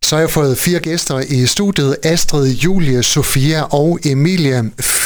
Så har jeg fået 4 gæster i studiet. Astrid, Julie, Sofia og Emilie.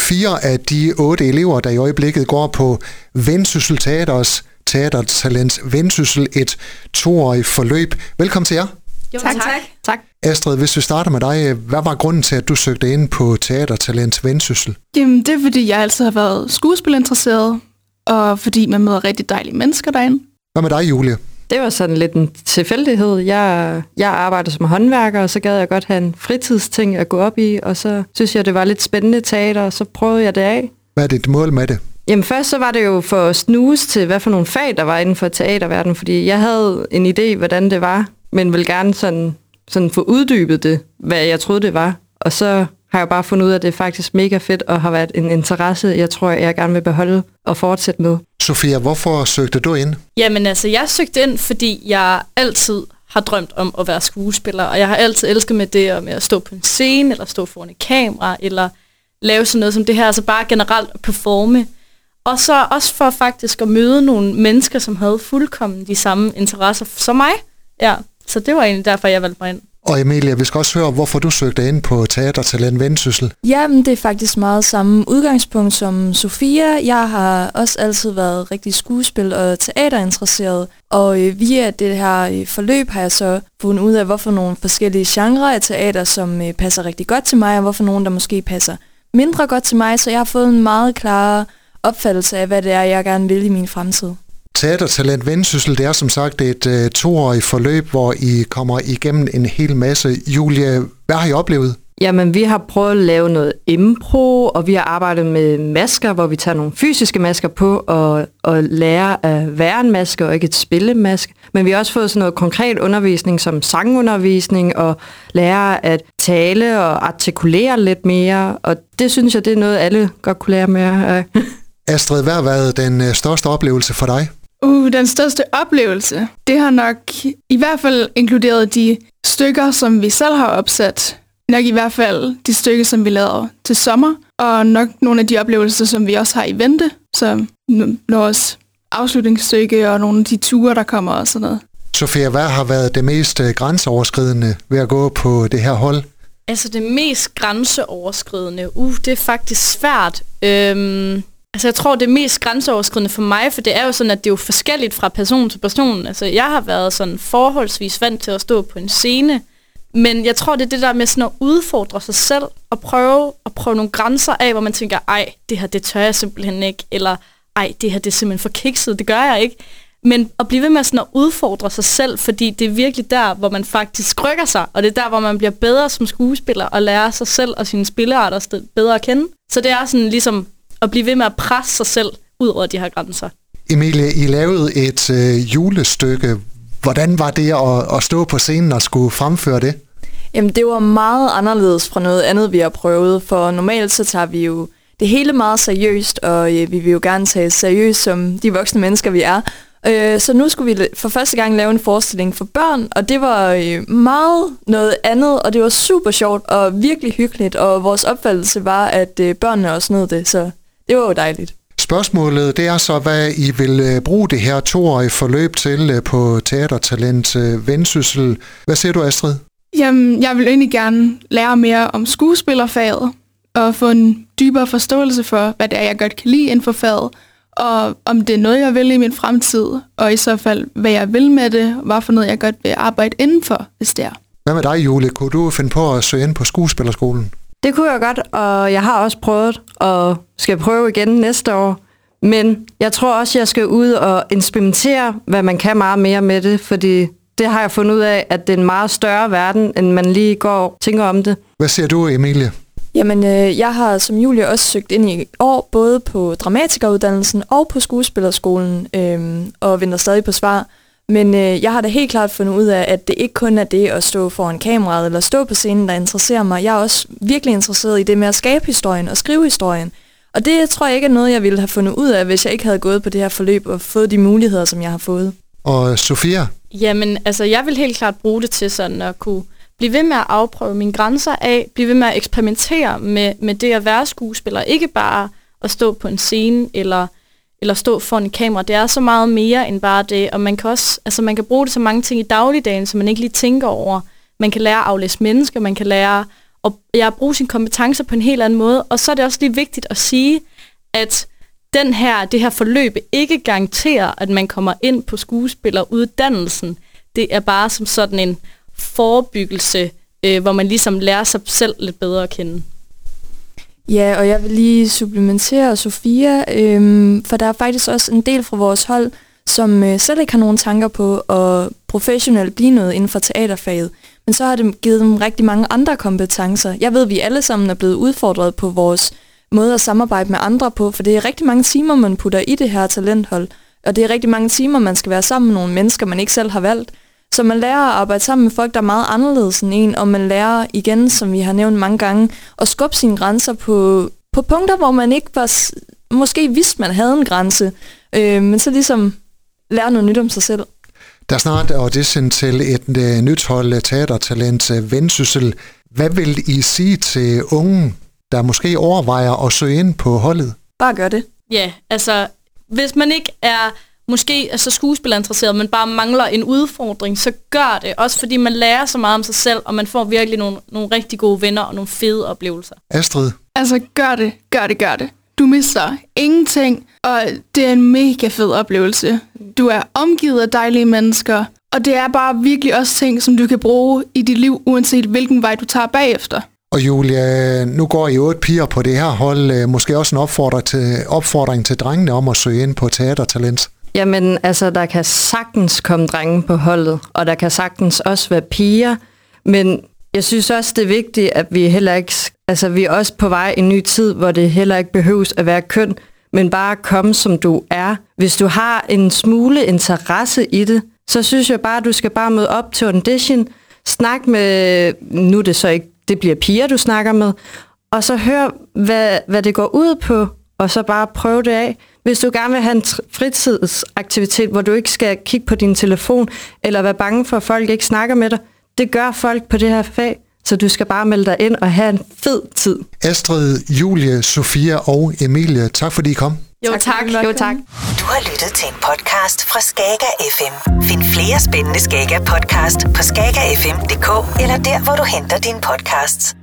4 af de 8 elever, der i øjeblikket går på Vendsyssel Teaters Teatertalents Vendsyssel, et 2-årigt forløb. Velkommen til jer. Jo, tak. Astrid, hvis vi starter med dig. Hvad var grunden til, at du søgte ind på Teatertalents Vendsyssel? Jamen, det er, fordi jeg altid har været skuespilinteresseret, og fordi man møder rigtig dejlige mennesker derinde. Hvad med dig, Julie? Det var sådan lidt en tilfældighed. Jeg arbejder som håndværker, og så gad jeg godt have en fritidsting at gå op i, og så synes jeg, det var lidt spændende teater, og så prøvede jeg det af. Hvad er dit mål med det? Jamen først så var det jo for at snuse til, hvad for nogle fag, der var inden for teaterverdenen, fordi jeg havde en idé, hvordan det var, men ville gerne sådan få uddybet det, hvad jeg troede, det var. Og så har jeg bare fundet ud af, at det er faktisk mega fedt, og har været en interesse, jeg tror, jeg gerne vil beholde og fortsætte med. Sofia, hvorfor søgte du ind? Jamen altså, jeg søgte ind, fordi jeg altid har drømt om at være skuespiller, og jeg har altid elsket med det med at stå på en scene, eller stå foran et kamera, eller lave sådan noget som det her, altså bare generelt at performe. Og så også for faktisk at møde nogle mennesker, som havde fuldkommen de samme interesser som mig. Ja, så det var egentlig derfor, jeg valgte mig ind. Og Emilia, vi skal også høre, hvorfor du søgte ind på Teatertalent Vendsyssel. Jamen, det er faktisk meget samme udgangspunkt som Sofia. Jeg har også altid været rigtig skuespil- og teaterinteresseret, og via det her forløb har jeg så fundet ud af, hvorfor nogle forskellige genrer af teater, som passer rigtig godt til mig, og hvorfor nogle, der måske passer mindre godt til mig, så jeg har fået en meget klar opfattelse af, hvad det er, jeg gerne vil i min fremtid. Teatertalent Vendsyssel, det er som sagt et 2-årigt forløb, hvor I kommer igennem en hel masse. Julie, hvad har I oplevet? Jamen, vi har prøvet at lave noget impro, og vi har arbejdet med masker, hvor vi tager nogle fysiske masker på og lærer at være en maske og ikke et spillemaske. Men vi har også fået sådan noget konkret undervisning som sangundervisning og lære at tale og artikulere lidt mere. Og det synes jeg, det er noget, alle godt kunne lære mere af. Astrid, hvad har været den største oplevelse for dig? Den største oplevelse, det har nok i hvert fald inkluderet de stykker, som vi selv har opsat. Nok i hvert fald de stykker, som vi lavede til sommer. Og nok nogle af de oplevelser, som vi også har i vente. Som vores afslutningsstykke og nogle af de ture, der kommer og sådan noget. Sofia, hvad har været det mest grænseoverskridende ved at gå på det her hold? Altså det mest grænseoverskridende, det er faktisk svært. Altså jeg tror, det er mest grænseoverskridende for mig, for det er jo sådan, at det er jo forskelligt fra person til person. Altså jeg har været sådan forholdsvis vant til at stå på en scene, men jeg tror, det er det der med sådan at udfordre sig selv og prøve nogle grænser af, hvor man tænker, ej, det her, det tør jeg simpelthen ikke, eller ej, det her, det er simpelthen for kikset, det gør jeg ikke. Men at blive ved med sådan at udfordre sig selv, fordi det er virkelig der, hvor man faktisk rykker sig, og det er der, hvor man bliver bedre som skuespiller og lærer sig selv og sine spillearter bedre at kende. Så det er sådan ligesom at blive ved med at presse sig selv ud over de her grænser. Emilie, I lavede et julestykke. Hvordan var det at stå på scenen og skulle fremføre det? Jamen, det var meget anderledes fra noget andet, vi har prøvet, for normalt så tager vi jo det hele meget seriøst, og vi vil jo gerne tage seriøst som de voksne mennesker, vi er. Så nu skulle vi for første gang lave en forestilling for børn, og det var meget noget andet, og det var super sjovt og virkelig hyggeligt, og vores opfattelse var, at børnene også nød det, så det var jo dejligt. Spørgsmålet, det er så, hvad I vil bruge det her 2-årige forløb til på Teatertalent Vendsyssel. Hvad siger du, Astrid? Jamen, jeg vil egentlig gerne lære mere om skuespillerfaget, og få en dybere forståelse for, hvad det er, jeg godt kan lide inden for faget, og om det er noget, jeg vil i min fremtid, og i så fald, hvad jeg vil med det, hvad for noget, jeg godt vil arbejde indenfor, hvis det er. Hvad med dig, Julie? Kunne du finde på at søge ind på skuespillerskolen? Det kunne jeg godt, og jeg har også prøvet, og skal prøve igen næste år. Men jeg tror også, jeg skal ud og eksperimentere, hvad man kan meget mere med det, fordi det har jeg fundet ud af, at det er en meget større verden, end man lige går og tænker om det. Hvad siger du, Emilie? Jamen, jeg har som Julie også søgt ind i år, både på dramatikeruddannelsen og på skuespillerskolen, og venter stadig på svar. Men jeg har da helt klart fundet ud af, at det ikke kun er det at stå foran kameraet eller stå på scenen, der interesserer mig. Jeg er også virkelig interesseret i det med at skabe historien og skrive historien. Og det tror jeg ikke er noget, jeg ville have fundet ud af, hvis jeg ikke havde gået på det her forløb og fået de muligheder, som jeg har fået. Og Sofia? Jamen, altså jeg vil helt klart bruge det til sådan at kunne blive ved med at afprøve mine grænser af, blive ved med at eksperimentere med det at være skuespiller. Ikke bare at stå på en scene eller stå foran et kamera. Det er så meget mere end bare det, og man kan også, altså man kan bruge det så mange ting i dagligdagen, som man ikke lige tænker over, man kan lære at aflæse mennesker, man kan lære at bruge sine kompetencer på en helt anden måde. Og så er det også lige vigtigt at sige, at det her forløb ikke garanterer, at man kommer ind på skuespilleruddannelsen. Det er bare som sådan en forebyggelse, hvor man ligesom lærer sig selv lidt bedre at kende. Ja, og jeg vil lige supplementere Sofia, for der er faktisk også en del fra vores hold, som slet ikke har nogen tanker på at professionelt blive noget inden for teaterfaget. Men så har det givet dem rigtig mange andre kompetencer. Jeg ved, at vi alle sammen er blevet udfordret på vores måde at samarbejde med andre på, for det er rigtig mange timer, man putter i det her talenthold. Og det er rigtig mange timer, man skal være sammen med nogle mennesker, man ikke selv har valgt. Så man lærer at arbejde sammen med folk, der er meget anderledes end en, og man lærer igen, som vi har nævnt mange gange, at skubbe sine grænser på punkter, hvor man ikke måske vidste, man havde en grænse, men så ligesom lære noget nyt om sig selv. Der er snart audition til et nyt hold Teatertalent Vendsyssel. Hvad vil I sige til unge, der måske overvejer at søge ind på holdet? Bare gør det. Ja, altså hvis man ikke er måske skuespillerinteresseret, men bare mangler en udfordring, så gør det. Også fordi man lærer så meget om sig selv, og man får virkelig nogle rigtig gode venner og nogle fede oplevelser. Astrid? Altså gør det. Du mister ingenting, og det er en mega fed oplevelse. Du er omgivet af dejlige mennesker, og det er bare virkelig også ting, som du kan bruge i dit liv, uanset hvilken vej du tager bagefter. Og Julia, nu går I 8 piger på det her hold. Måske også en opfordring til drengene om at søge ind på Teatertalent. Jamen, altså, der kan sagtens komme drenge på holdet, og der kan sagtens også være piger, men jeg synes også, det er vigtigt, at vi heller ikke, altså vi er også på vej i en ny tid, hvor det heller ikke behøves at være køn, men bare komme som du er. Hvis du har en smule interesse i det, så synes jeg bare, at du skal bare møde op til audition, snak med, nu er det så ikke, det bliver piger, du snakker med, og så hør, hvad det går ud på, og så bare prøve det af. Hvis du gerne vil have en fritidsaktivitet, hvor du ikke skal kigge på din telefon, eller være bange for, at folk ikke snakker med dig, det gør folk på det her fag, så du skal bare melde dig ind og have en fed tid. Astrid, Julie, Sofia og Emilie, tak fordi I kom. Jo tak. Du har lyttet til en podcast fra Skager FM. Find flere spændende Skager podcast på skagerfm.dk eller der, hvor du henter dine podcasts.